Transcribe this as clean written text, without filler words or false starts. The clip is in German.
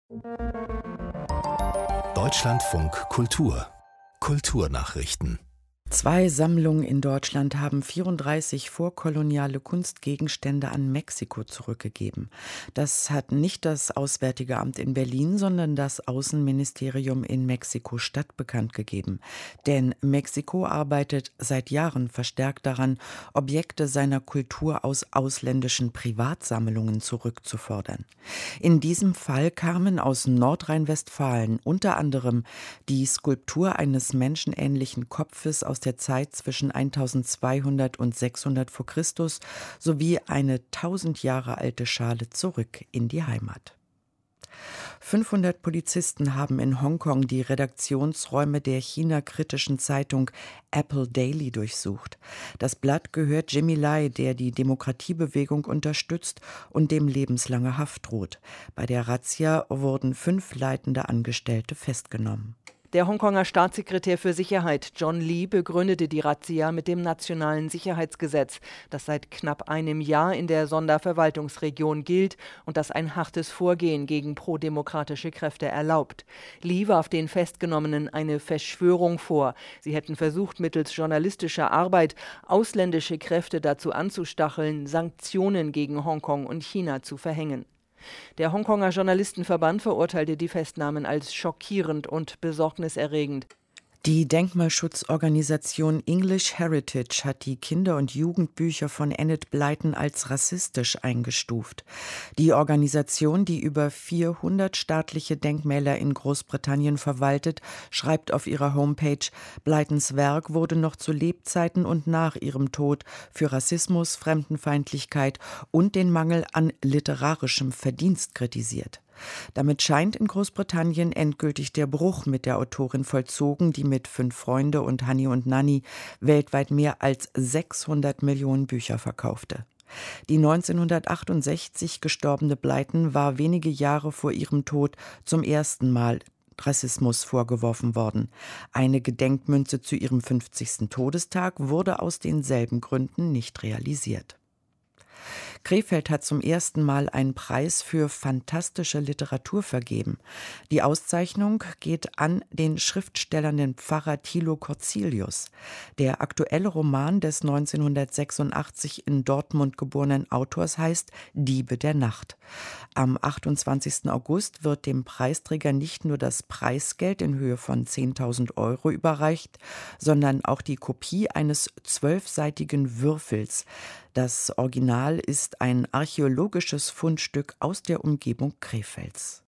Deutschlandfunk Kultur Kulturnachrichten. Zwei Sammlungen in Deutschland haben 34 vorkoloniale Kunstgegenstände an Mexiko zurückgegeben. Das hat nicht das Auswärtige Amt in Berlin, sondern das Außenministerium in Mexiko-Stadt bekannt gegeben. Denn Mexiko arbeitet seit Jahren verstärkt daran, Objekte seiner Kultur aus ausländischen Privatsammlungen zurückzufordern. In diesem Fall kamen aus Nordrhein-Westfalen unter anderem die Skulptur eines menschenähnlichen Kopfes aus der Zeit zwischen 1200 und 600 vor Christus sowie eine 1000 Jahre alte Schale zurück in die Heimat. 500 Polizisten haben in Hongkong die Redaktionsräume der China-kritischen Zeitung Apple Daily durchsucht. Das Blatt gehört Jimmy Lai, der die Demokratiebewegung unterstützt und dem lebenslange Haft droht. Bei der Razzia wurden 5 leitende Angestellte festgenommen. Der Hongkonger Staatssekretär für Sicherheit John Lee begründete die Razzia mit dem Nationalen Sicherheitsgesetz, das seit knapp einem Jahr in der Sonderverwaltungsregion gilt und das ein hartes Vorgehen gegen prodemokratische Kräfte erlaubt. Lee warf den Festgenommenen eine Verschwörung vor. Sie hätten versucht, mittels journalistischer Arbeit ausländische Kräfte dazu anzustacheln, Sanktionen gegen Hongkong und China zu verhängen. Der Hongkonger Journalistenverband verurteilte die Festnahmen als schockierend und besorgniserregend. Die Denkmalschutzorganisation English Heritage hat die Kinder- und Jugendbücher von Enid Blyton als rassistisch eingestuft. Die Organisation, die über 400 staatliche Denkmäler in Großbritannien verwaltet, schreibt auf ihrer Homepage, Blytons Werk wurde noch zu Lebzeiten und nach ihrem Tod für Rassismus, Fremdenfeindlichkeit und den Mangel an literarischem Verdienst kritisiert. Damit scheint in Großbritannien endgültig der Bruch mit der Autorin vollzogen, die mit 5 Freunde und Hani und Nanny weltweit mehr als 600 Millionen Bücher verkaufte. Die 1968 gestorbene Blyton war wenige Jahre vor ihrem Tod zum ersten Mal Rassismus vorgeworfen worden. Eine Gedenkmünze zu ihrem 50. Todestag wurde aus denselben Gründen nicht realisiert. Krefeld hat zum ersten Mal einen Preis für fantastische Literatur vergeben. Die Auszeichnung geht an den schriftstellernden Pfarrer Thilo Corzilius. Der aktuelle Roman des 1986 in Dortmund geborenen Autors heißt Diebe der Nacht. Am 28. August wird dem Preisträger nicht nur das Preisgeld in Höhe von 10.000 € überreicht, sondern auch die Kopie eines 12-seitigen Würfels. Das Original ist ein archäologisches Fundstück aus der Umgebung Krefelds.